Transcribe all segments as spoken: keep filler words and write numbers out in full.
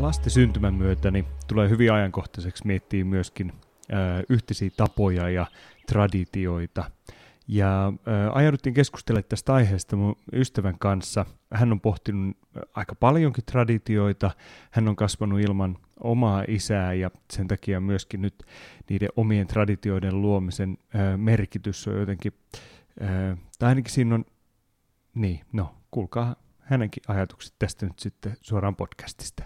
lasten syntymän myötä niin tulee hyvin ajankohtaiseksi miettiä myöskin ää, yhteisiä tapoja ja traditioita. Ja ää, ajauduttiin keskustelemaan tästä aiheesta mun ystävän kanssa. Hän on pohtinut aika paljonkin traditioita. Hän on kasvanut ilman omaa isää ja sen takia myöskin nyt niiden omien traditioiden luomisen ää, merkitys on jotenkin, ää, tai ainakin siinä on, niin, no, kuulkaa hänenkin ajatukset tästä nyt sitten suoraan podcastista.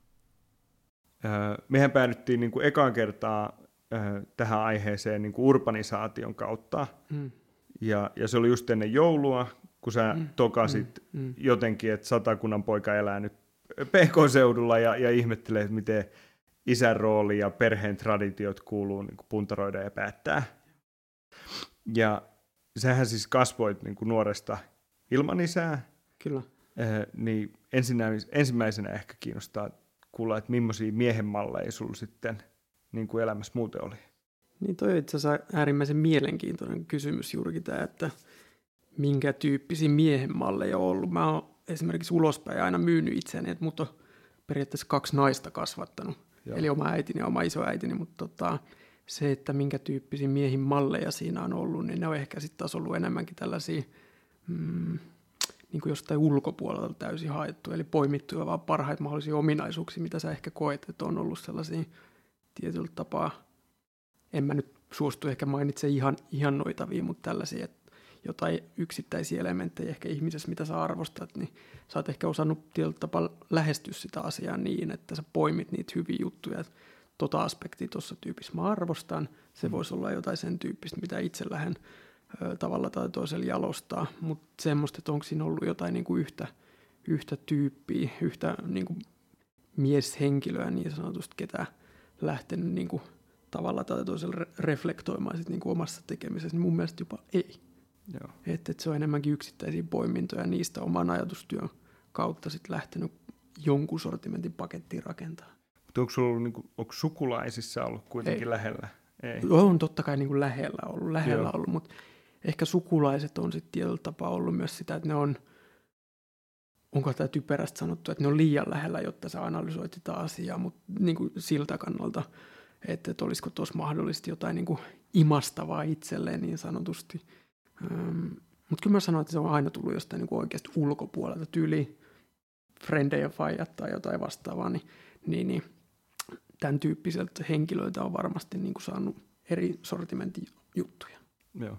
Mehän päädyttiin niin kuin ekaan kertaa tähän aiheeseen niin kuin urbanisaation kautta. Mm. Ja, ja se oli just ennen joulua, kun sä mm. tokasit mm. Mm. jotenkin, että Satakunnan poika elää nyt P K-seudulla ja, ja ihmettelee, että miten isän rooli ja perheen traditiot kuuluu niin kuin puntaroida ja päättää. Ja sähän siis kasvoit niin kuin nuoresta ilman isää. Kyllä. Eh, niin ensimmäisenä ehkä kiinnostaa kuulla, että millaisia miehenmalleja sulla sitten niin kuin elämässä muuten oli. Niin toi on itse asiassa äärimmäisen mielenkiintoinen kysymys juurikin tämä, että minkä tyyppisiä miehenmalleja on ollut. Mä oon esimerkiksi ulospäin aina myynyt itseäni, että mut on periaatteessa kaksi naista kasvattanut. Joo. Eli oma äitini ja oma isoäitini, mutta tota, se, että minkä tyyppisiä miehin malleja siinä on ollut, niin ne on ehkä sitten taas ollut enemmänkin tällaisia mm, niin kuin jostain ulkopuolelta täysin haettu, eli poimittuja vaan parhaita mahdollisia ominaisuuksia, mitä sä ehkä koet, että on ollut sellaisia tietyllä tapaa, en mä nyt suostu ehkä mainitse ihan, ihan noitavia, mutta tällaisia, että jotain yksittäisiä elementtejä ehkä ihmisessä, mitä sä arvostat, niin sä oot ehkä osannut tietyllä tapaa lähestyä sitä asiaa niin, että sä poimit niitä hyviä juttuja, että tota aspektia tuossa tyypissä mä arvostan, se mm. voisi olla jotain sen tyyppistä, mitä itse lähden tavalla tai toisella jalostaa, mutta semmoista, että onko siinä ollut jotain niin kuin yhtä, yhtä tyyppiä, yhtä niin kuin mieshenkilöä niin sanotusti, ketä lähtenyt niin kuin tavalla tai toisella reflektoimaan sit niin kuin omassa tekemisessä, niin mun mielestä jopa ei. Että et se on enemmänkin yksittäisiä poimintoja niistä oman ajatustyön kautta sit lähtenyt jonkun sortimentin pakettiin rakentaa. Mutta onko sulla ollut, niin kuin, onko sukulaisissa ollut kuitenkin ei. lähellä? Ei. On totta kai niin kuin lähellä ollut, lähellä Joo. ollut, mutta ehkä sukulaiset on sitten tietyllä tapaa ollut myös sitä, että ne on, onko tämä typerästi sanottu, että ne on liian lähellä, jotta sä analysoit sitä asiaa, mutta niin kuin siltä kannalta, että, että olisiko tuossa mahdollisesti jotain niin kuin imastavaa itselleen niin sanotusti. Ähm, mutta kyllä mä sanoin, että se on aina tullut jostain niin kuin oikeasti ulkopuolelta, tyyli frendejä, faijat tai jotain vastaavaa, niin, niin, niin tämän tyyppiseltä henkilöiltä on varmasti niin kuin saanut eri sortimentin juttuja. Joo.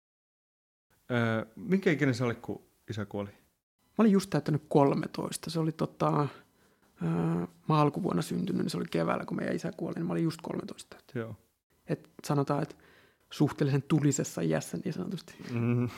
Öö, minkä ikäinen sä olit, kun isä kuoli? Mä olin just täyttänyt kolmetoista. Se oli tota, öö, mä alkuvuonna syntynyt, niin se oli keväällä, kun meidän isä kuoli, niin mä olin just kolmetoista. Joo. Et sanotaan, että suhteellisen tulisessa iässä niin sanotusti. Mm.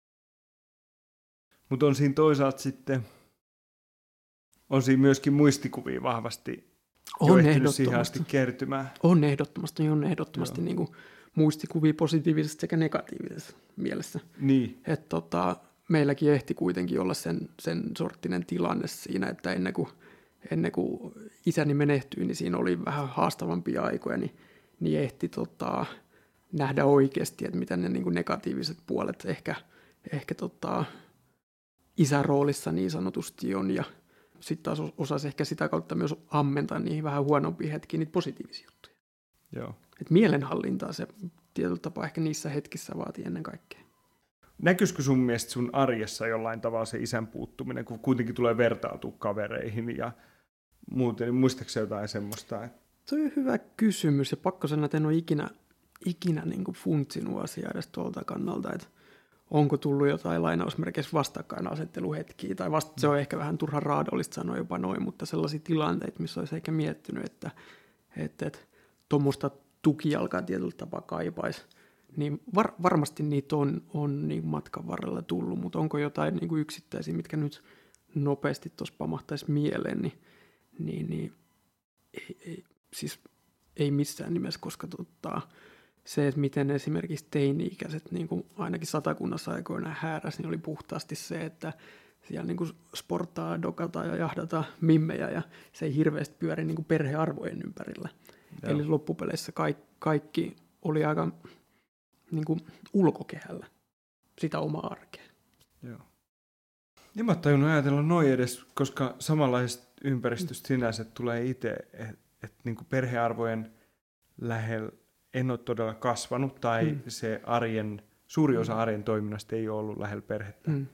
Mutta on siinä toisaalta sitten, on siinä myöskin muistikuvia vahvasti on ehtinyt siihen asti kertymään. On ehdottomasti, on ehdottomasti niin kuin muistikuvia positiivisessa sekä negatiivisessa mielessä. Niin. Et tota, meilläkin ehti kuitenkin olla sen, sen sorttinen tilanne siinä, että ennen kuin, ennen kuin isäni menehtyi, niin siinä oli vähän haastavampia aikoja, niin, niin ehti tota, nähdä oikeasti, että mitä ne niin kuin negatiiviset puolet ehkä, ehkä tota, isän roolissa niin sanotusti on, ja sitten taas osasi ehkä sitä kautta myös ammentaa niihin vähän huonompiin hetkiin niitä positiivisia juttuja. Joo. Et mielenhallintaa se tietyllä tapaa ehkä niissä hetkissä vaatii ennen kaikkea. Näkyisikö sun mielestä sun arjessa jollain tavalla se isän puuttuminen, kun kuitenkin tulee vertautua kavereihin ja muuten, niin muistatko jotain semmoista? Että... Se on hyvä kysymys, ja pakko sanoa, että en ole ikinä, ikinä niin kuin funtsinut asiaa edes tuolta kannalta, että onko tullut jotain lainausmerkeissä vastakkainasetteluhetkiä, tai vasta, se on ehkä vähän turhan raadollista sanoa jopa noin, mutta sellaisia tilanteita, missä olisi ehkä miettinyt, että, että, että tuommoista tukijalkaa tietyllä tapaa kaipaisi, niin var, varmasti niitä on, on niin matkan varrella tullut, mutta onko jotain niin kuin yksittäisiä, mitkä nyt nopeasti tuossa pamahtaisi mieleen, niin, niin, niin ei, ei, siis ei missään nimessä, koska tota, se, että miten esimerkiksi teini-ikäiset niin kuin ainakin Satakunnassa aikoinaan hääräsi, niin oli puhtaasti se, että siellä niin kuin sporttaa, dokataan ja jahdataan mimmejä, ja se ei hirveästi pyöri niin kuin perhearvojen ympärillä. Joo. Eli loppupeleissä kaikki, kaikki oli aika niin kuin ulkokehällä sitä omaa arkea. Joo. En mä tajunnut ajatella noin edes, koska samanlaisesta ympäristöstä sinänsä tulee itse, että et niinku perhearvojen lähellä en ole todella kasvanut, tai mm. se arjen, suuri osa mm. arjen toiminnasta ei ole ollut lähellä perhettä. Mm.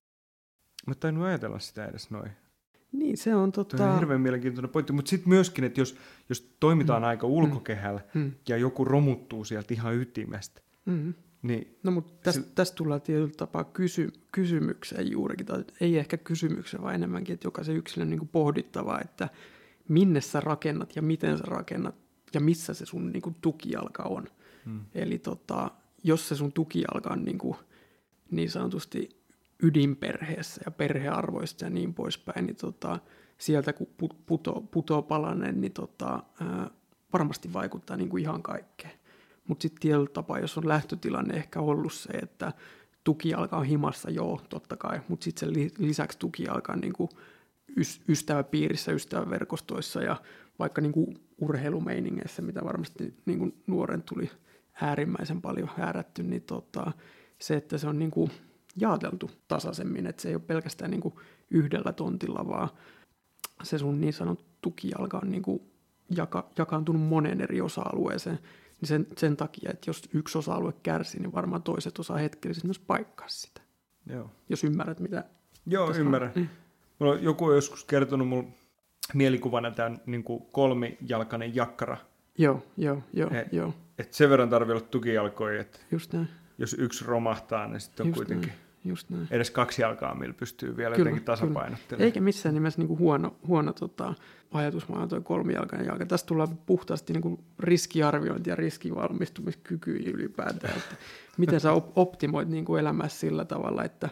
Mä tainnut ajatella sitä edes noin. Niin, se on tota... Tuo on hirveän mielenkiintoinen pointti, mutta sitten myöskin, että jos, jos toimitaan mm. aika ulkokehällä mm. ja joku romuttuu sieltä ihan ytimestä, mm. niin... No, mutta tästä se... täst tullaan tietyllä tapaa kysy, kysymykseen juurikin, tai ei ehkä kysymykseen, vaan enemmänkin, että jokaisen yksilön niin kuin pohdittava, että minne sä rakennat ja miten sä rakennat ja missä se sun niin kuin tukijalka on. Mm. Eli tota, jos se sun tukijalka on niin, kuin, niin sanotusti ydinperheessä ja perhearvoista ja niin poispäin, niin tota, sieltä kun puto, putoo palanen, niin tota, ää, varmasti vaikuttaa niin kuin ihan kaikkeen. Mutta sitten tietyllä tapaa, jos on lähtötilanne ehkä ollut se, että tukijalka on himassa, joo, totta kai, mutta sitten sen lisäksi tukijalka on niin kuin ystäväpiirissä, ystäväverkostoissa ja vaikka niin kuin urheilumeiningeissä, mitä varmasti niin kuin nuoren tuli äärimmäisen paljon häärätty, niin tota, se, että se on niin kuin jaoteltu tasaisemmin, että se ei ole pelkästään niin kuin yhdellä tontilla, vaan se sun niin sanottu tukijalka on niin kuin jaka, jakaantunut moneen eri osa-alueeseen, niin sen, sen takia, että jos yksi osa-alue kärsii, niin varmaan toiset osaa hetkellisesti myös paikkaa sitä. Joo. Jos ymmärrät, mitä... Joo, ymmärrän. On. Mulla on, joku on joskus kertonut mulle mielikuvana tämän niin kuin kolmijalkainen jakkara. Joo, joo, joo. Et, joo. et sen verran tarvii olla tukijalkoja, että just näin. Jos yksi romahtaa, niin sitten on just kuitenkin näin. Just näin. Edes kaksi jalkaa, millä pystyy vielä kyllä, jotenkin tasapainottelemaan. Eikä missään nimessä niin kuin huono, huono tota, ajatusmaailma tuo kolmijalkainen jalka. Tästä tullaan puhtaasti niin kuin riskiarviointi ja riskivalmistumiskyky ylipäätään. Että miten sä optimoit niin kuin elämässä sillä tavalla, että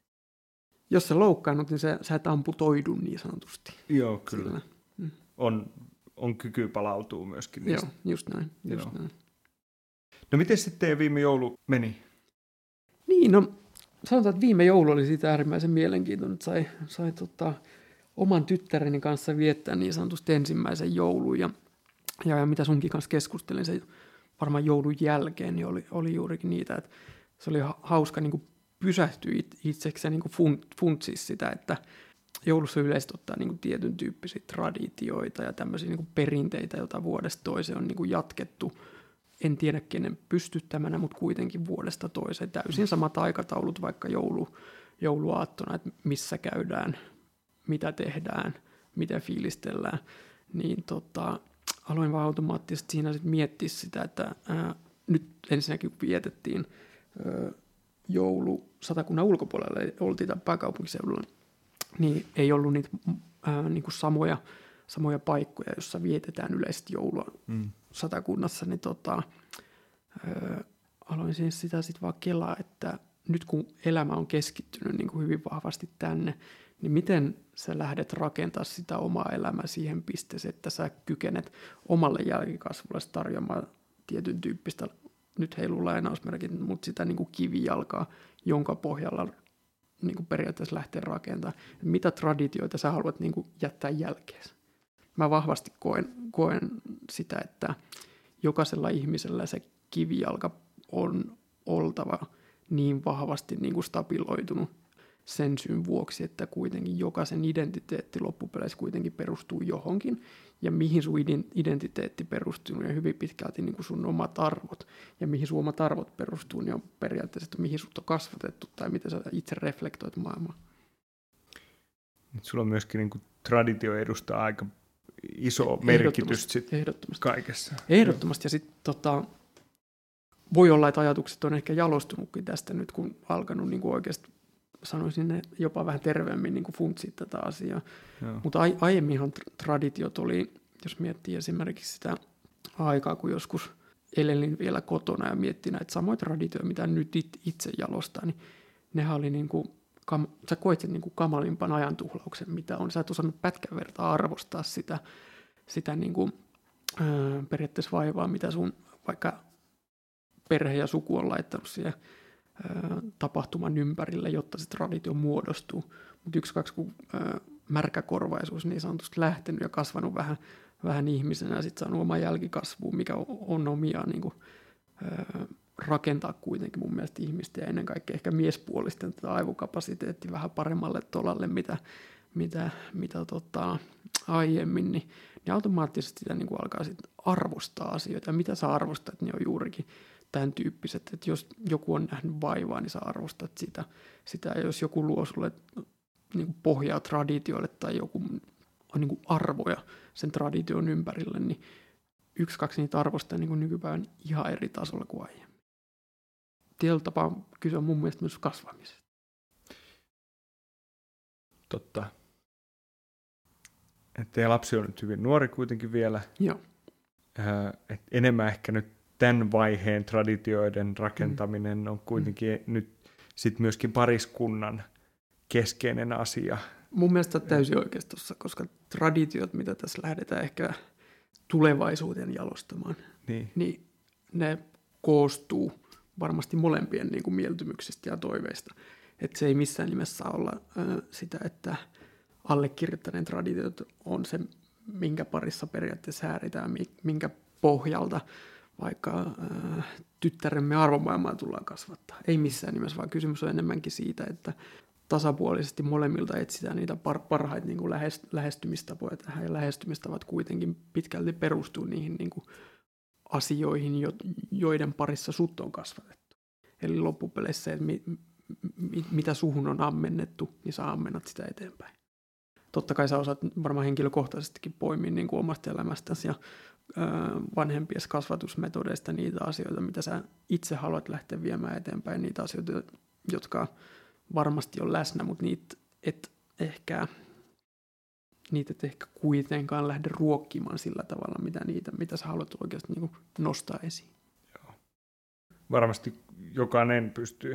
jos sä loukkaannut, niin sä, sä et amputoidu niin sanotusti. Joo, kyllä. Mm. On, on kyky palautuu myöskin niistä. Joo, just näin. Just Joo. näin. No miten sitten teidän viime joulu meni? Niin, no sanotaan, että viime joulu oli siitä äärimmäisen mielenkiintoinen, että sai, sai tota, oman tyttäreni kanssa viettää niin sanotusti ensimmäisen joulun. Ja, ja, ja mitä sunkin kanssa keskustelin se varmaan joulun jälkeen, niin oli, oli juurikin niitä, että se oli hauska niin kuin pysähtyä itsekseen niin kuin funtsia sitä, että joulussa yleisesti ottaa niin kuin tietyn tyyppisiä traditioita ja tämmöisiä niin kuin perinteitä, joita vuodesta toiseen on niin kuin jatkettu. En tiedä kenen pystyttämänä, mutta kuitenkin vuodesta toiseen täysin samat aikataulut, vaikka joulu, jouluaattona, että missä käydään, mitä tehdään, miten fiilistellään. Niin tota, aloin vaan automaattisesti siinä sit miettiä sitä, että ää, nyt ensinnäkin kun vietettiin ää, joulu Satakunnan ulkopuolella, oltiin tämän pääkaupunkiseudulla, niin ei ollut niitä ää, niinku samoja, samoja paikkoja, joissa vietetään yleisesti joulua mm. Satakunnassa, niin tota, ää, aloin siis sitä sitten vaan kelaa, että nyt kun elämä on keskittynyt niin kuin hyvin vahvasti tänne, niin miten sä lähdet rakentaa sitä omaa elämää siihen pisteeseen, että sä kykenet omalle jälkikasvulle tarjoamaan tietyn tyyppistä, nyt heiluu lainausmerkit, mutta sitä niin kuin kivijalkaa, jonka pohjalla niin kuin periaatteessa lähtee rakentamaan. Mitä traditioita sä haluat niin kuin jättää jälkeen? Mä vahvasti koen, koen sitä, että jokaisella ihmisellä se kivijalka on oltava niin vahvasti niin kuin stabiloitunut sen syyn vuoksi, että kuitenkin jokaisen identiteetti loppupeleissä kuitenkin perustuu johonkin, ja mihin sun identiteetti perustuu, ja hyvin pitkälti niin kuin sun omat arvot, ja mihin sun omat arvot perustuu, niin on periaatteessa, että mihin sut on kasvatettu, tai miten sä itse reflektoit maailmaa. Sulla on myöskin niin kuin traditio edustaa aika iso merkitys ehdottomasti. Kaikessa. Ehdottomasti, ja sitten tota, voi olla, että ajatukset on ehkä jalostunutkin tästä nyt, kun alkanut niin kuin oikeasti, sanoisin ne jopa vähän terveemmin niin kuin funtsia tätä asiaa. Mutta ai- aiemminhan traditiot oli, jos miettii esimerkiksi sitä aikaa, kun joskus elelin vielä kotona ja miettii näitä samoja traditioita, mitä nyt itse jalostaa, niin nehän oli niin kuin, kam- sä koit sen niin kuin kamalimpan ajantuhlauksen, mitä on. Sä et osannut pätkän vertaa arvostaa sitä, sitä niin kuin, ää, periaatteessa vaivaa, mitä sun vaikka perhe ja suku on laittanut siihen ää, tapahtuman ympärille, jotta se traditio muodostuu. Mutta yksi, kaksi, kun ää, märkäkorvaisuus niin sanotusti lähtenyt ja kasvanut vähän, vähän ihmisenä ja sitten saanut oman jälkikasvuun, mikä on, on omiaan niin kuin, ää, rakentaa kuitenkin mun mielestä ihmistä ja ennen kaikkea ehkä miespuolisten tätä aivokapasiteettia vähän paremmalle tolalle, mitä, mitä, mitä tota, aiemmin, niin, niin automaattisesti sitä niin kuin alkaa sit arvostaa asioita. Ja mitä sä arvostat, niin on juurikin tämän tyyppiset, että jos joku on nähnyt vaivaa, niin sä arvostat sitä. sitä ja jos joku luo sulle niin kuin pohjaa traditioille tai joku on niin kuin arvoja sen tradition ympärille, niin yksi, kaksi niitä arvostaa niin kuin nykypäivän ihan eri tasolla kuin aiemmin. Tietyllä tapaa kyse on mun mielestä myös kasvamisesta. Totta. Että lapsi on nyt hyvin nuori kuitenkin vielä. Joo. Äh, et enemmän ehkä nyt tämän vaiheen traditioiden rakentaminen mm. on kuitenkin mm. nyt sit myöskin pariskunnan keskeinen asia. Mun mielestä on täysin oikeastossa, koska traditiot, mitä tässä lähdetään ehkä tulevaisuuteen jalostamaan, niin, niin ne koostuu varmasti molempien niin kuin mieltymyksistä ja toiveista. Että se ei missään nimessä saa olla äh, sitä, että allekirjoittaneen traditiot on se, minkä parissa periaatteessa hääritään, minkä pohjalta vaikka äh, tyttäremme arvomaailmaa tullaan kasvattaa. Ei missään nimessä, vaan kysymys on enemmänkin siitä, että tasapuolisesti molemmilta etsitään niitä par- parhaita niin kuin lähest- lähestymistapoja tähän, ja lähestymistavat kuitenkin pitkälti perustuu niihin niin kuin asioihin, jo- joiden parissa sut on kasvatettu. Eli loppupeleissä se, että mi- mi- mitä suhun on ammennettu, niin sä ammennat sitä eteenpäin. Totta kai sä osaat varmaan henkilökohtaisestikin poimia niin kuin omasta elämästäsi ja ö, vanhempies kasvatusmetodeista niitä asioita, mitä sä itse haluat lähteä viemään eteenpäin, niitä asioita, jotka varmasti on läsnä, mutta niitä et ehkä, niitä et ehkä kuitenkaan lähde ruokkimaan sillä tavalla, mitä, niitä, mitä sä haluat oikeasti niin kuin nostaa esiin. Joo. Varmasti jokainen pystyy.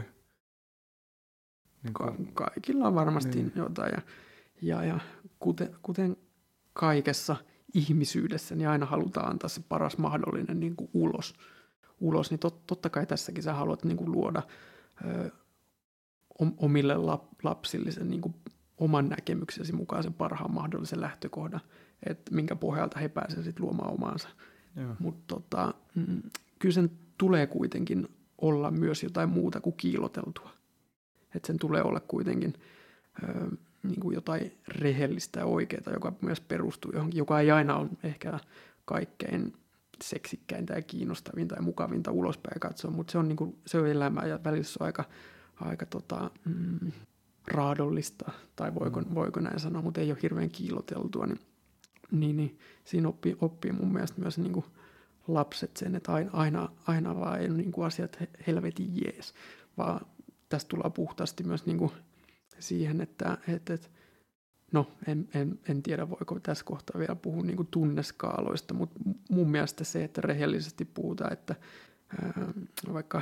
Niin kuin... Ka- kaikilla on varmasti niin. jotain. Ja, ja, ja kuten, kuten kaikessa ihmisyydessä, niin aina halutaan antaa se paras mahdollinen niin kuin ulos. ulos. Niin tot, totta kai tässäkin sä haluat niin kuin luoda ö, omille lapsille sen niin kuin oman näkemyksesi mukaan sen parhaan mahdollisen lähtökohdan, että minkä pohjalta he pääsevät sitten luomaan omaansa. Mutta tota, mm, kyllä sen tulee kuitenkin olla myös jotain muuta kuin kiiloteltua. Että sen tulee olla kuitenkin ö, niin kuin jotain rehellistä ja oikeaa, joka myös perustuu johonkin, joka ei aina ole ehkä kaikkein seksikkäintä ja kiinnostavinta ja mukavinta ulospäin katsoa, mutta se on, niin kuin, se on elämää ja välillä se on aika aika tota, mm, raadollista, tai voiko, mm. voiko näin sanoa, mutta ei ole hirveän kiiloteltua, niin, niin, niin siinä oppii, oppii mun mielestä myös niin kuin lapset sen, että aina, aina, aina vaan ei ole niin kuin asiat helvetin jees, vaan tästä tullaan puhtaasti myös niin kuin siihen, että, että, että no en, en, en tiedä voiko tässä kohtaa vielä puhua niin kuin tunneskaaloista, mutta mun mielestä se, että rehellisesti puhutaan, että ää, vaikka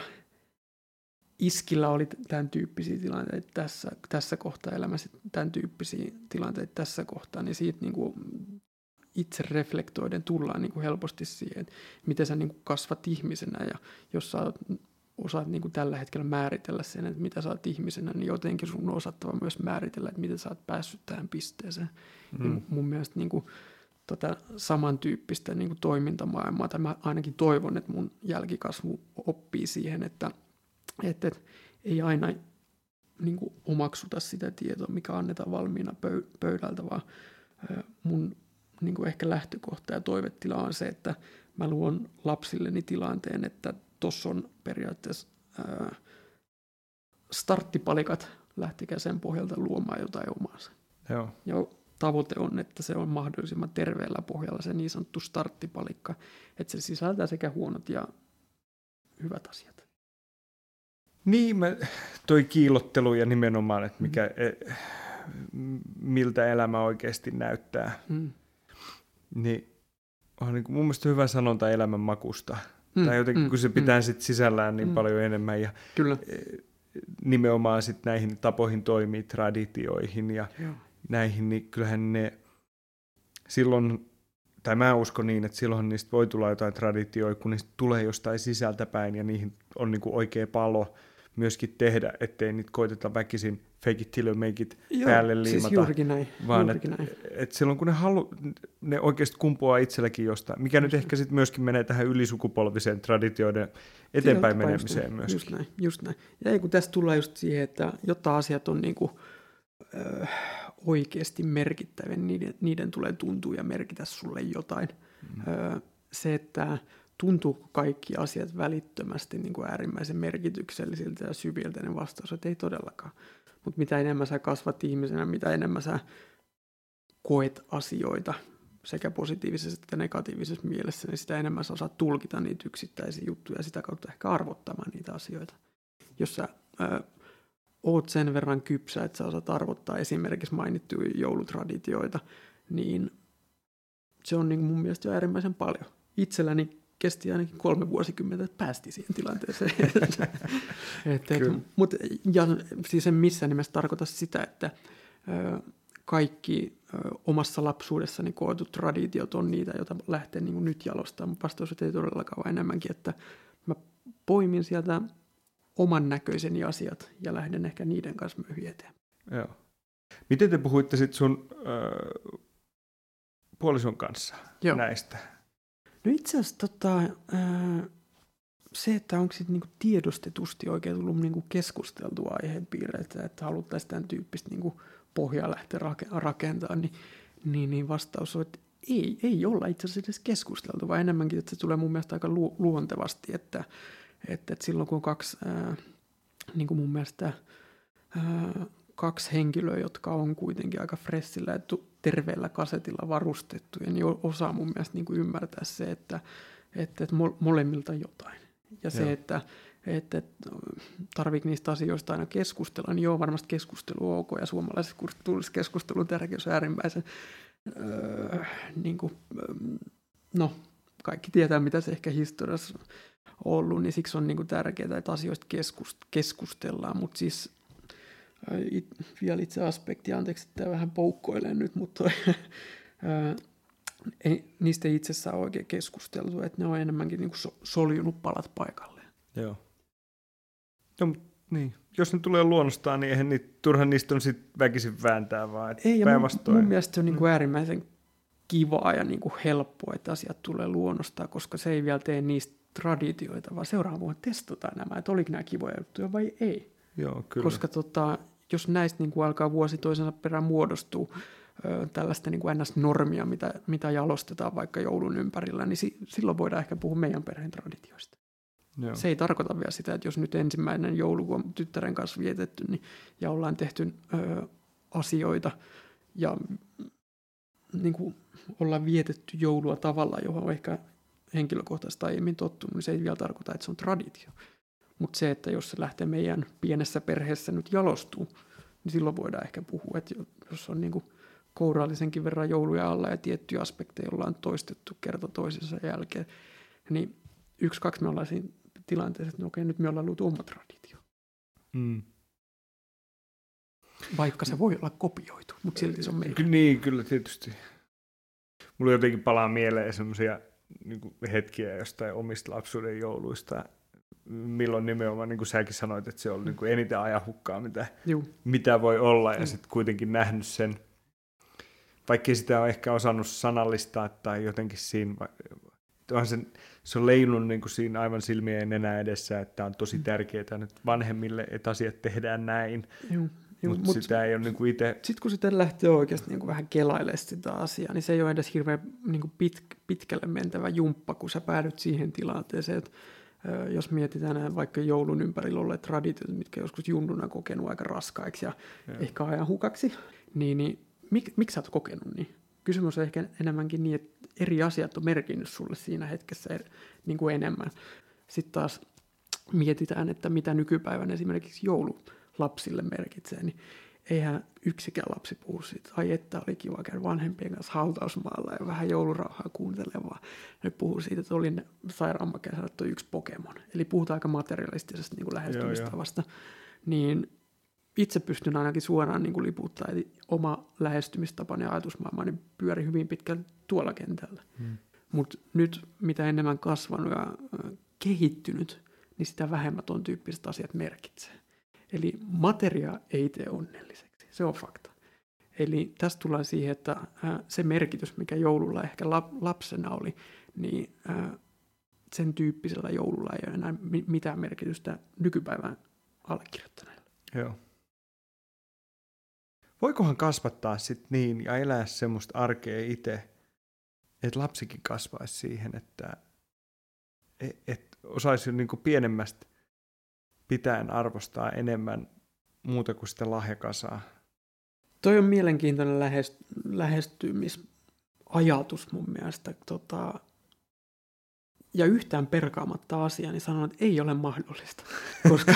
iskillä oli tämän tyyppisiä tilanteita tässä, tässä kohtaa elämässä, tämän tyyppisiä tilanteita tässä kohtaa, niin siitä niin kuin itse reflektoiden tullaan niin kuin helposti siihen, miten sä niin kuin kasvat ihmisenä, ja jos sä osaat niin kuin tällä hetkellä määritellä sen, että mitä sä oot ihmisenä, niin jotenkin sun on osattava myös määritellä, että miten sä oot päässyt tähän pisteeseen. Mm. Niin mun mielestä niin kuin tota samantyyppistä niin kuin toimintamaailmaa, tai mä ainakin toivon, että mun jälkikasvu oppii siihen, että Että et, ei aina niin kuin omaksuta sitä tietoa, mikä annetaan valmiina pöy- pöydältä, vaan ö, mun niin kuin ehkä lähtökohta ja toivetila on se, että mä luon lapsilleni tilanteen, että tuossa on periaatteessa ö, starttipalikat, lähtikää sen pohjalta luomaan jotain omaansa. Joo. Ja tavoite on, että se on mahdollisimman terveellä pohjalla se niin sanottu starttipalikka, että se sisältää sekä huonot ja hyvät asiat. Niin, mä, toi kiilottelu ja nimenomaan, että mikä, mm. miltä elämä oikeasti näyttää, mm. niin on niin kuin mun mielestä hyvä sanonta elämän makusta. Mm. Tai jotenkin, mm. kun se pitää mm. sit sisällään niin mm. paljon enemmän ja Kyllä. nimenomaan sit näihin tapoihin toimii, traditioihin ja Joo. näihin, niin kyllähän ne silloin, tai mä uskon niin, että silloin niistä voi tulla jotain traditioita, kun niistä tulee jostain sisältä päin ja niihin on niin kuin oikea palo myöskin tehdä, ettei niitä koiteta väkisin fake it till you make it Joo, päälle liimata. Siis juurikin näin. Vaan että et silloin kun ne, halu, ne oikeasti kumpuaa itselläkin jostain, mikä nyt ehkä sitten myöskin menee tähän ylisukupolviseen traditioiden eteenpäin Sieltä menemiseen just myöskin. Just näin, just näin. Ja ei kun tässä tullaan just siihen, että jotta asiat on niinku, ö, oikeasti merkittäviä, niiden, niiden tulee tuntua ja merkitä sulle jotain. Mm. Öö, se, että tuntuuko kaikki asiat välittömästi niin kuin äärimmäisen merkityksellisiltä ja syviltä, niin vastaus, että ei todellakaan. Mutta mitä enemmän sä kasvat ihmisenä, mitä enemmän sä koet asioita sekä positiivisessa että negatiivisessa mielessä, niin sitä enemmän sä osaat tulkita niitä yksittäisiä juttuja ja sitä kautta ehkä arvottamaan niitä asioita. Jos sä ö, oot sen verran kypsä, että sä osaat arvottaa esimerkiksi mainittuja joulutraditioita, niin se on niin mun mielestä jo äärimmäisen paljon. Itselläni kesti ainakin kolme vuosikymmentä, että päästiin siihen tilanteeseen. et, et, mut, ja siis en missään nimessä tarkoita sitä, että ö, kaikki ö, omassa lapsuudessani koetut traditiot on niitä, joita lähtee niin kuin nyt jalostaa. Mun vastaus ei todellakaan, vaan enemmänkin, että mä poimin sieltä oman näköiseni asiat ja lähden ehkä niiden kanssa myöhemmin eteen. Joo. Miten te puhuitte sitten sun ö, puolison kanssa Joo. näistä? No itse asiassa tota, ää, se, että onko sitten niinku tiedostetusti oikein tullut niinku keskusteltua aihepiireitä, että haluttaisiin tämän tyyppistä niinku pohjaa lähteä rakentamaan, niin, niin, niin vastaus on, että ei, ei olla itse asiassa edes keskusteltu, vaan enemmänkin, että se tulee mun mielestä aika lu- luontevasti, että, että, että silloin kun on kaksi, ää, niin kuin mun mielestä ää, kaksi henkilöä, jotka on kuitenkin aika fressillä ja terveellä kasetilla varustettuja, niin osaa mun mielestä niin kuin ymmärtää se, että, että, että molemmilta jotain. Ja se, joo. että, että, että tarviiko niistä asioista aina keskustella, niin joo, varmasti keskustelu on ok, ja suomalaiset tulisi keskustelun tärkeys äärimmäisen, öö, niin kuin, no, kaikki tietää, mitä se ehkä historiassa on ollut, niin siksi on niin kuin tärkeää, että asioista keskustellaan, mutta siis It, vielä itse aspekti, anteeksi, että vähän poukkoilee nyt, mutta ää, ei, niistä ei itsessään ole oikein keskusteltu, että ne on enemmänkin niin kuin so, soljunut palat paikalleen. Joo. No, niin. Jos ne tulee luonnostaan, niin eihän niitä, turhan niistä on sitten väkisin vääntää, vaan ei, ja mun, mun mielestä se on niin kuin äärimmäisen kivaa ja niin kuin helppoa, että asiat tulee luonnostaan, koska se ei vielä tee niistä traditioita, vaan seuraava vuonna testataan nämä, että oliko nämä kivoja juttuja vai ei. Joo, kyllä. Koska tota, jos näistä niin kuin alkaa vuosi toisensa perään muodostua ö, tällaista niin kuin N S-normia, mitä, mitä jalostetaan vaikka joulun ympärillä, niin si- silloin voidaan ehkä puhua meidän perheen traditioista. Joo. Se ei tarkoita vielä sitä, että jos nyt ensimmäinen joulu on tyttären kanssa vietetty niin, ja ollaan tehty ö, asioita ja niin kuin ollaan vietetty joulua tavalla, johon on ehkä henkilökohtaisesti aiemmin tottunut, niin se ei vielä tarkoita, että se on traditio. Mutta se, että jos se lähtee meidän pienessä perheessä nyt jalostuu, niin silloin voidaan ehkä puhua, että jos on niin kuin kourallisenkin verran jouluja alla ja tiettyjä aspekteja ollaan toistettu kerta toisensa jälkeen, niin yksi, kaksi me ollaan siinä tilanteessa, että no okei, nyt me ollaan luotu oma traditio. Mm. Vaikka se voi olla kopioitu, mutta silti se on meidän. Niin, kyllä tietysti. Mulla jotenkin palaa mieleen semmoisia niin kuin hetkiä jostain omista lapsuuden jouluista, milloin nimenomaan, niin kuin säkin sanoit, että se on niin kuin eniten ajanhukkaa, mitä, mitä voi olla, ja sitten kuitenkin nähnyt sen, vaikkei sitä ole ehkä osannut sanallistaa tai jotenkin siinä, onhan se, se on leijunut niin kuin siinä aivan silmien nenä edessä, että on tosi tärkeää nyt vanhemmille, että asiat tehdään näin, mutta mut sitä ei ole niin kuin itse. Sitten kun sitä lähtee oikeasti niin kuin vähän kelailemaan sitä asiaa, niin se ei ole edes hirveän niin kuin pit, pitkälle mentävä jumppa, kun sä päädyt siihen tilanteeseen, että jos mietitään vaikka joulun ympärillä olleet traditiot, mitkä joskus junnuna kokenut aika raskaiksi ja, ja. ehkä ajan hukaksi, niin, niin mik, miksi sä oot kokenut niin? Kysymys on ehkä enemmänkin niin, että eri asiat on merkinnyt sulle siinä hetkessä niin kuin enemmän. Sitten taas mietitään, että mitä nykypäivän esimerkiksi joulu lapsille merkitsee, niin eihän yksikään lapsi puhu siitä, ai että oli kiva käydä vanhempien kanssa hautausmaalla ja vähän joulurauhaa kuuntelemaan, vaan ne puhuu siitä, että oli ne sairaanmakeisella toi yksi Pokemon. Eli puhutaan aika materialistisesta niin kuin lähestymistavasta. Niin itse pystyn ainakin suoraan niin kuin liputtaa, että oma lähestymistapani ja ajatusmaailma niin pyöri hyvin pitkälti tuolla kentällä. Hmm. Mutta nyt mitä enemmän kasvanut ja kehittynyt, niin sitä vähemmän tuon tyyppiset asiat merkitsee. Eli materia ei tee onnelliseksi. Se on fakta. Eli tästä tullaan siihen, että se merkitys, mikä joululla ehkä lapsena oli, niin sen tyyppisellä joululla ei ole enää mitään merkitystä nykypäivän allekirjoittaneilla. Joo. voikohan kasvattaa sit niin ja elää semmoista arkea itse, että lapsikin kasvaisi siihen, että et, et osaisi niin kuin pienemmästä pitäen arvostaa enemmän muuta kuin sitä lahjakasaa. Toi on mielenkiintoinen lähest, lähestymisajatus mun mielestä. Tota, ja yhtään perkaamatta asiaa, niin sanon, että ei ole mahdollista. Koska,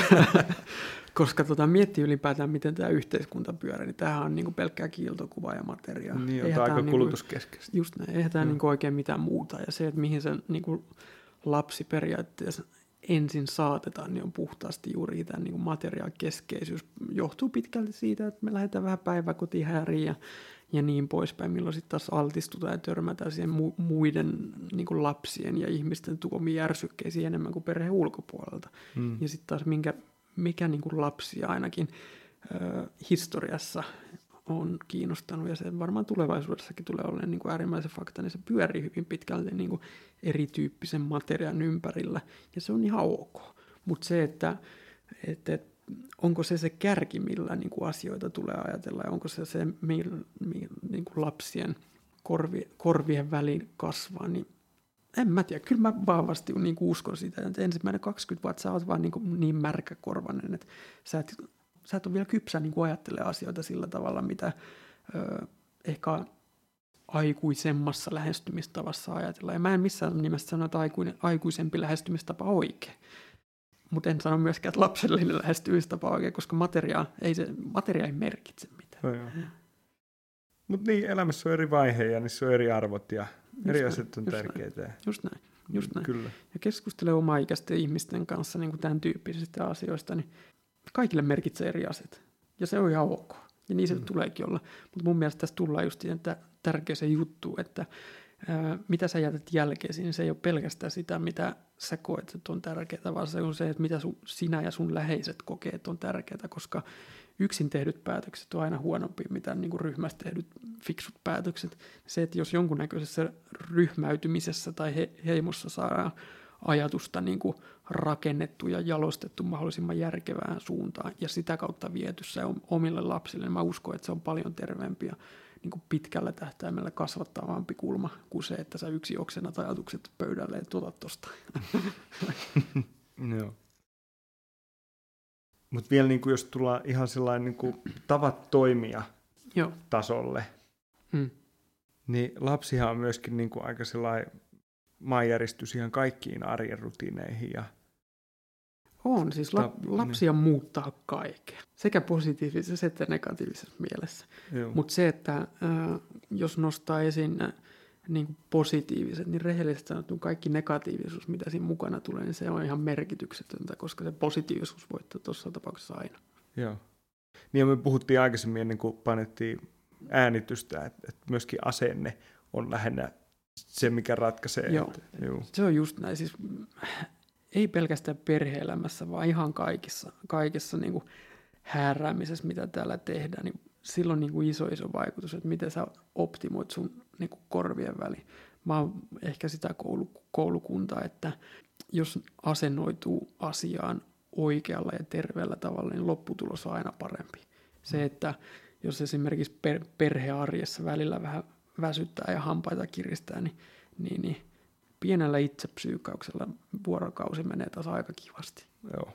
koska tota, miettii ylipäätään, miten tämä yhteiskunta pyörii, niin tämähän on niinku pelkkää kiiltokuvaa ja materiaa. Niin, on aika niinku, kulutuskeskeistä. Just näin, eihän tämä mm. niinku oikein mitään muuta. Ja se, että mihin se niinku lapsi periaatteessa ensin saatetaan, niin on puhtaasti juuri tämä niin materiaalikeskeisyys. Johtuu pitkälti siitä, että me lähdetään vähän päiväkotihääriin ja, ja niin poispäin, milloin sitten taas altistutaan ja törmätään siihen mu- muiden niin kuin lapsien ja ihmisten tuomiin järsykkeisiin enemmän kuin perheen ulkopuolelta. Hmm. Ja sitten taas minkä, mikä niin kuin lapsia ainakin ö, historiassa on kiinnostanut, ja se varmaan tulevaisuudessakin tulee olemaan niin kuin äärimmäisen fakta, niin se pyörii hyvin pitkälti niin kuin erityyppisen materiaan ympärillä, ja se on ihan ok. Mutta se, että, että onko se se kärki, millä niin kuin asioita tulee ajatella, ja onko se se millä, niin kuin lapsien korvi, korvien väliin kasvaa, niin en mä tiedä. Kyllä mä vahvasti niin kuin uskon sitä, että ensimmäinen kaksikymmentä vuotta sä oot vaan niin, kuin niin märkäkorvainen, että sä et sä et ole vielä kypsä niin ajattelee asioita sillä tavalla, mitä ö, ehkä aikuisemmassa lähestymistavassa ajatellaan. Ja mä en missään nimessä sano, että aikuinen, aikuisempi lähestymistapa on oikein. Mutta en sano myöskään, että lapsellinen lähestymistapa on oikein, koska materia ei, se, materia ei merkitse mitään. No mutta niin, elämässä on eri vaiheja ja niissä on eri arvot ja just eri näin, asiat on just tärkeitä. Näin, just näin. Just näin. Kyllä. Ja keskustele oma-ikäisten ihmisten kanssa niin kuin tämän tyyppisistä asioista, niin kaikille merkitsee eri asiat. Ja se on ihan ok. Ja niin se mm. tuleekin olla. Mutta mun mielestä tässä tullaan just siihen tärkeäseen juttuun, että ää, mitä sä jätät jälkeesi, niin se ei ole pelkästään sitä, mitä sä koet, että on tärkeää, vaan se on se, että mitä sun, sinä ja sun läheiset kokee, että on tärkeää, koska yksin tehdyt päätökset on aina huonompia, mitä niin kuin ryhmässä tehdyt fiksut päätökset. Se, että jos jonkunnäköisessä ryhmäytymisessä tai he, heimossa saadaan ajatusta niin kuin rakennettu ja jalostettu mahdollisimman järkevään suuntaan ja sitä kautta viety se omille lapsille, niin mä uskon, että se on paljon terveempi ja niin kuin pitkällä tähtäimellä kasvattavampi kulma kuin se, että sä yksi oksennat ajatukset pöydälle, että tuota tosta. Joo. Mutta vielä niin kuin jos tullaan ihan sellainen niin kuin tavat toimia Joo. tasolle, hmm. niin lapsihan on myöskin niin kuin aika sellainen maanjäristys ihan kaikkiin arjen rutiineihin. Ja on, siis la- lapsia ne. muuttaa kaiken, sekä positiivisessa että negatiivisessa mielessä. Mutta se, että äh, jos nostaa esiin äh, niin positiiviset, niin rehellisesti sanottu kaikki negatiivisuus, mitä siinä mukana tulee, niin se on ihan merkityksetöntä, koska se positiivisuus voittaa tuossa tapauksessa aina. Joo. Niin ja me puhuttiin aikaisemmin ennen kuin painettiin äänitystä, että, että myöskin asenne on lähinnä se, mikä ratkaisee. Joo, että, joo. Se on just näin. Siis, ei pelkästään perhe-elämässä, vaan ihan kaikissa, kaikissa niin kuin hääräämisessä, mitä täällä tehdään, niin sillä on niin kuin iso, iso vaikutus, että miten sä optimoit sun niin kuin korvien väliin. Mä oon ehkä sitä koulu, koulukuntaa, että jos asennoituu asiaan oikealla ja terveellä tavalla, niin lopputulos on aina parempi. Se, että jos esimerkiksi per, perhearjessa välillä vähän väsyttää ja hampaita kiristää, niin, niin, niin pienellä itsepsyykauksella vuorokausi menee taas aika kivasti. Joo.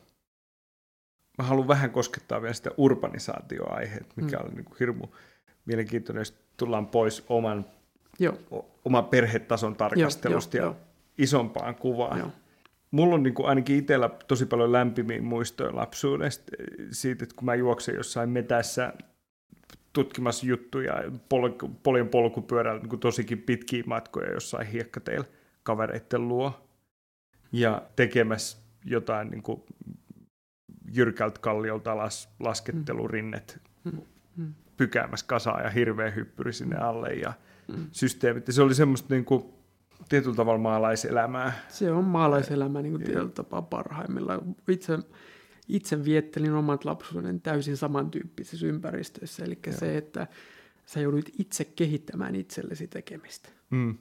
Mä haluan vähän koskettaa vielä sitä urbanisaatioaiheet, mikä mm. on niin kuin hirmu mielenkiintoinen, jos tullaan pois oman, o, oman perhetason tarkastelusta jo, jo, ja jo. isompaan kuvaan. Jo. Mulla on niin kuin ainakin itsellä tosi paljon lämpimiä muistoja lapsuudesta siitä, että kun mä juoksen jossain metässä tutkimassa juttuja pol- poljen polkupyörällä niin tosikin pitkiä matkoja jossain hiekkateillä kavereiden luo ja tekemässä jotain niin kuin jyrkältä kalliolta alas laskettelurinnet mm. Mm. pykäämässä kasaan ja hirveä hyppyri sinne alle ja mm. systeemit. Ja se oli semmoista niin kuin tietyllä tavalla maalaiselämää. Se on maalaiselämää niin kuin tietyllä tapaa parhaimmillaan. Itse, itse viettelin omat lapsuuden täysin samantyyppisissä ympäristöissä. Eli Joo. se, että sä joudut itse kehittämään itsellesi tekemistä. Mm.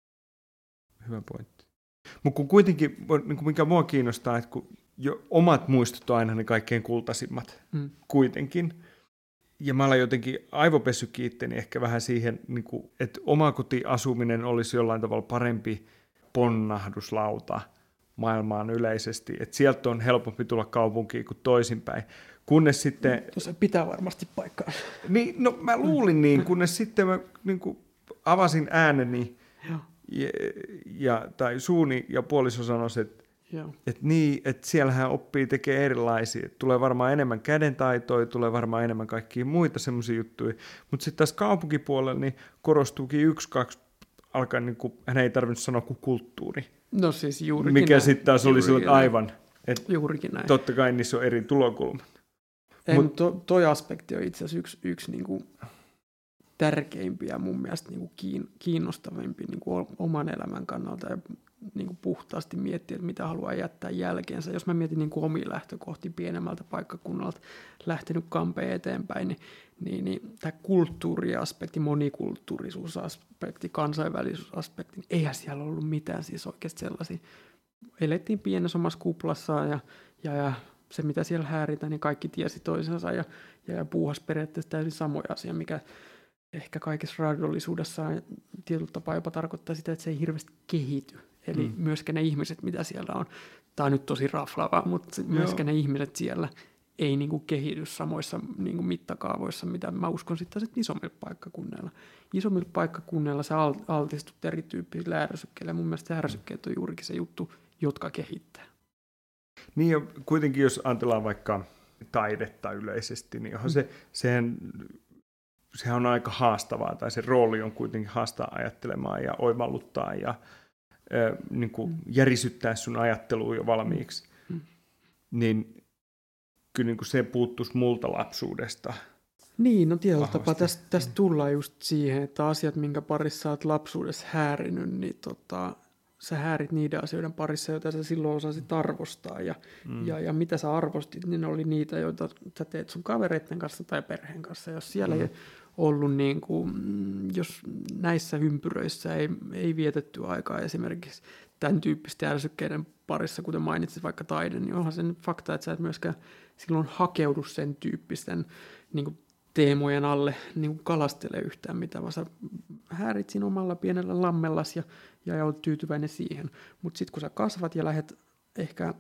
Hyvä pointti. Mutta kun kuitenkin, mikä mua kiinnostaa, että kun jo omat muistot on aina ne kaikkein kultaisimmat mm. kuitenkin. ja mä olen jotenkin aivopessyt itteni ehkä vähän siihen, niin kuin, että omakotiasuminen olisi jollain tavalla parempi ponnahduslauta maailmaan yleisesti. Että sieltä on helpompi tulla kaupunkiin kuin toisinpäin. Kunnes sitten... Se pitää varmasti paikkaa. Niin, no mä luulin niin, kunnes sitten mä niin kuin avasin ääneni ja, ja, tai suuni ja puoliso sanoi, että et niin, että siellähän oppii tekemään erilaisia. Et tulee varmaan enemmän kädentaitoja, tulee varmaan enemmän kaikkia muita semmoisia juttuja. Mutta sitten tässä kaupunkipuolella niin korostuukin yksi, kaksi, alkaa niin kuin, hän ei tarvinnut sanoa kuin kulttuuri. No siis juurikin mikä sitten taas oli sillä aivan, että totta kai niissä on eri tulokulmat. Ei, Mut, to, toi aspekti on itse asiassa yksi, yksi niinku tärkeimpiä mun mielestä niinku kiinnostavampi niinku oman elämän kannalta ja niinku puhtaasti miettiä, että mitä haluaa jättää jälkeensä. Jos mä mietin niinku omia lähtökohtia pienemmältä paikkakunnalta, lähtenyt kampeen eteenpäin, niin, niin, niin tämä kulttuuriaspekti, monikulttuurisuusaspekti, kansainvälisyysaspekti, niin eihän siellä ollut mitään siis oikeasti sellaisia. Elettiin pienessä omassa kuplassaan ja, ja, ja se, mitä siellä hääritä, niin kaikki tiesi toisensa ja, ja, ja puuhas periaatteessa täysin samoja asia, mikä ehkä kaikessa raadollisuudessaan tietyllä tapaa jopa tarkoittaa sitä, että se ei hirveästi kehity. Eli mm. myöskään ne ihmiset, mitä siellä on, tämä on nyt tosi raflava, mutta myöskään ne ihmiset siellä ei niin kuin kehity samoissa niin kuin mittakaavoissa, mitä mä uskon sitten isommilla paikkakunnilla. Isommilla paikkakunnilla sä altistut erityyppisille ärsykkeille, ja mun mielestä ärsykkeet on juurikin se juttu, jotka kehittää. Niin ja kuitenkin, jos ajatellaan vaikka taidetta yleisesti, niin onhan se, sehän, sehän on aika haastavaa, tai se rooli on kuitenkin haastaa ajattelemaan ja oivalluttaa ja äh, niin kuin järisyttää sun ajattelua jo valmiiksi. Mm. Niin kyllä niin kuin se puuttuisi multa lapsuudesta. Niin, no tietyllä tapaa tästä, tästä tullaan just siihen, että asiat, minkä parissa sä oot lapsuudessa häärinyt, niin tota, sä häärit niiden asioiden parissa, joita sä silloin osasit arvostaa. Ja, mm. ja, ja mitä sä arvostit, niin ne oli niitä, joita sä teet sun kavereiden kanssa tai perheen kanssa. Jos siellä mm. ei ollut, niin kuin, jos näissä ympyröissä ei, ei vietetty aikaa esimerkiksi tämän tyyppisten ärsykkeiden parissa, kuten mainitsit vaikka taide, niin onhan se fakta, että sä et myöskään silloin hakeudu sen tyyppisten niin kuin teemojen alle niin kuin kalastele yhtään mitään, vaan sä häärit siinä omalla pienellä lammellas ja, ja olet tyytyväinen siihen. Mutta sitten kun sä kasvat ja lähdet ehkä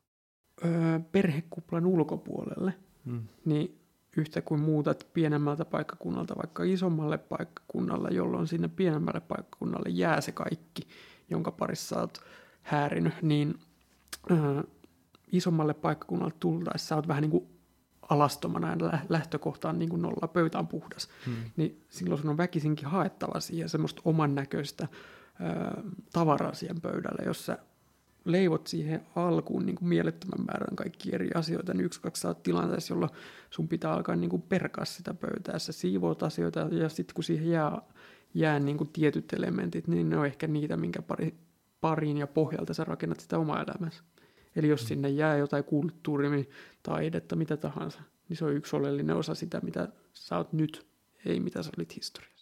öö, perhekuplan ulkopuolelle, hmm. niin yhtä kuin muutat pienemmältä paikkakunnalta vaikka isommalle paikkakunnalle, jolloin sinne pienemmälle paikkakunnalle jää se kaikki, jonka parissa sä oot häärinyt, niin öö, isommalle paikkakunnalle tultaessa sä oot vähän niin kuin alastomana ja lähtökohtaan niin kuin nolla, pöytä on puhdas, hmm. niin silloin sun on väkisinkin haettava siihen semmoista oman näköistä ö, tavaraa siihen pöydälle, jos sä leivot siihen alkuun niin kuin mielettömän määrän kaikki eri asioita, niin yksi, kaksi saat tilanteessa, jolla sun pitää alkaa niin kuin perkaa sitä pöytää, sä siivoat asioita, ja sitten kun siihen jää, jää niin kuin tietyt elementit, niin ne on ehkä niitä, minkä pari, pariin ja pohjalta sä rakennat sitä omaa elämänsä. Eli jos sinne jää jotain kulttuuria, taidetta, mitä tahansa, niin se on yksi oleellinen osa sitä, mitä sä oot nyt, ei mitä sä olit historiassa.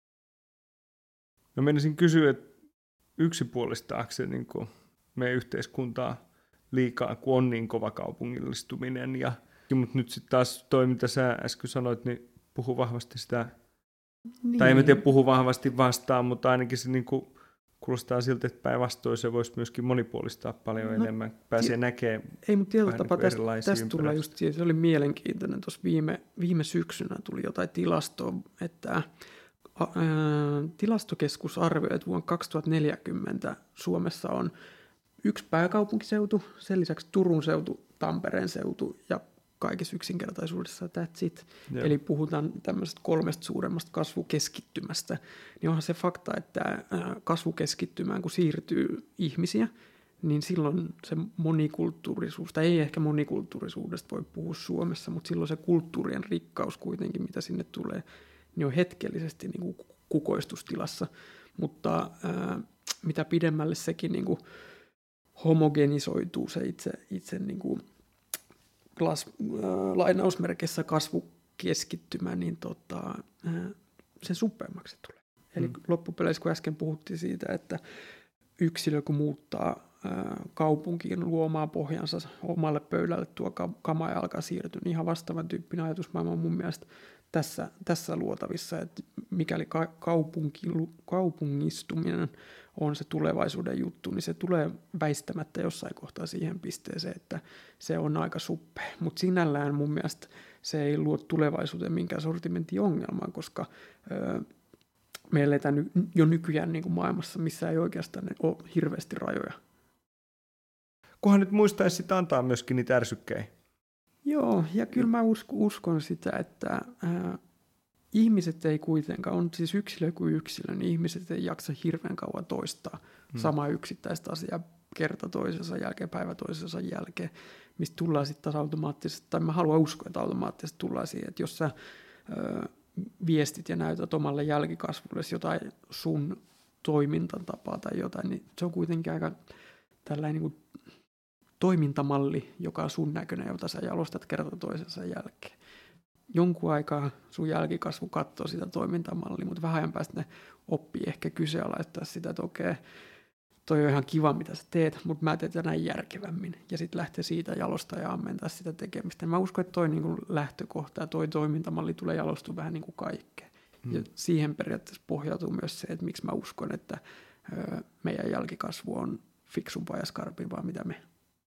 No menisin kysyä, että yksipuolistaako se niin kuin meidän yhteiskuntaa liikaa, kun on niin kova kaupungillistuminen. Ja, mutta nyt sitten taas toi, mitä sä äsken sanoit, niin puhuu vahvasti sitä, niin. Tai en mä tiedä puhu vahvasti vastaan, mutta ainakin se niin kuin kuulostaa siltä, että päinvastoin se voisi myöskin monipuolistaa paljon no, enemmän. Pääsee näkemään. Ei, mutta tietyllä tapaa tästä, tästä tulee just siihen. Se oli mielenkiintoinen. Tuossa viime, viime syksynä tuli jotain tilastoa, että ää, tilastokeskus arvioi, että vuonna kaksituhattaneljäkymmentä Suomessa on yksi pääkaupunkiseutu, sen lisäksi Turun seutu, Tampereen seutu ja kaikessa yksinkertaisuudessa that's it. Joo. Eli puhutaan tämmöisestä kolmesta suuremmasta kasvukeskittymästä, niin onhan se fakta, että kasvukeskittymään kun siirtyy ihmisiä, niin silloin se monikulttuurisuus, tai ei ehkä monikulttuurisuudesta voi puhua Suomessa, mutta silloin se kulttuurien rikkaus kuitenkin, mitä sinne tulee, niin on hetkellisesti niin kuin kukoistustilassa, mutta ää, mitä pidemmälle sekin niin kuin homogenisoituu se itse, itse niin kuin Klas, äh, lainausmerkeissä kasvukeskittymä, niin tota, äh, sen suppeammaksi tulee. Eli mm. loppupeleissä, kun äsken puhuttiin siitä, että yksilö kun muuttaa äh, kaupunkiin luomaan pohjansa omalle pöydälle tuo kama ja alkaa siirtyä, niin ihan vastaavan tyyppinen ajatusmaailma mun mielestä tässä, tässä luotavissa, että mikäli ka- kaupunki, kaupungistuminen on se tulevaisuuden juttu, niin se tulee väistämättä jossain kohtaa siihen pisteeseen, että se on aika suppea. Mutta sinällään mun mielestä se ei luo tulevaisuuteen minkään sortimentin ongelmaa, koska öö, me eletään ny- jo nykyään niin kuin maailmassa, missä ei oikeastaan ole hirveästi rajoja. Kunhan nyt muistaisi sitä antaa myöskin niitä ärsykkejä. Joo, ja kyllä mä uskon, uskon sitä, että ää, ihmiset ei kuitenkaan, on siis yksilö kuin yksilö, niin ihmiset ei jaksa hirveän kauan toistaa hmm. samaa yksittäistä asiaa kerta toisensa jälkeen, päivä toisensa jälkeen, mistä tullaan sitten taas automaattisesti, tai mä haluan uskoa, että automaattisesti tullaan siihen, että jos sä ää, viestit ja näytät omalle jälkikasvulle jotain sun toimintatapaa tai jotain, niin se on kuitenkin aika tällainen niin kuin toimintamalli, joka on sun näköinen, jota sä jalostat kerta toisensa jälkeen. Jonkun aikaa sun jälkikasvu katsoo sitä toimintamallia, mutta vähän ajan päästä ne oppii ehkä kyseenalaistaa sitä, että okei, toi on ihan kiva, mitä sä teet, mutta mä teen tätä näin järkevämmin. Ja sitten lähtee siitä jalostaa ja ammentaa sitä tekemistä. Ja mä uskon, että toi niin kuin lähtökohta ja toi toimintamalli tulee jalostua vähän niin kuin kaikkeen. Hmm. Ja siihen periaatteessa pohjautuu myös se, että miksi mä uskon, että ö, meidän jälkikasvu on fiksumpaa ja skarpimpaa, mitä me.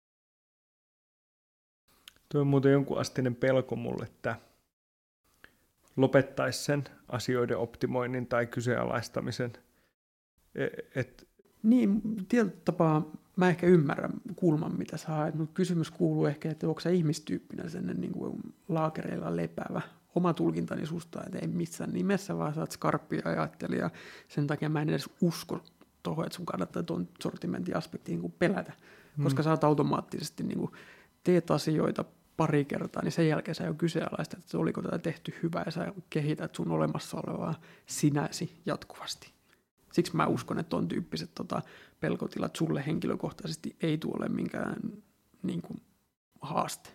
Tuo on muuten jonkun astinen pelko mulle, että lopettaisi sen asioiden optimoinnin tai kyseenalaistamisen. Et... Niin, tietyllä tapaa mä ehkä ymmärrän kulman, mitä sä haet, mutta kysymys kuuluu ehkä, että onko sä ihmistyyppinä sen niin kuin laakereilla lepäävä. Oma tulkintani susta, että ei missään nimessä, vaan sä oot skarppi ajattelija. Sen takia mä en edes usko tuohon, että sun kannattaa tuon sortimentin aspektiin niin kuin pelätä, hmm. koska sä oot automaattisesti niin kuin teet asioita pari kertaa, niin sen jälkeen sä jo kyseenalaista, että oliko tätä tehty hyvää, ja sä kehität sun olemassa olevaa sinäsi jatkuvasti. Siksi mä uskon, että ton tyyppiset tota, pelkotilat sulle henkilökohtaisesti ei tule minkään niin kuin, haaste.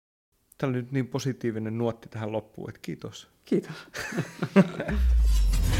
Tämä oli nyt niin positiivinen nuotti tähän loppuun, että kiitos. Kiitos.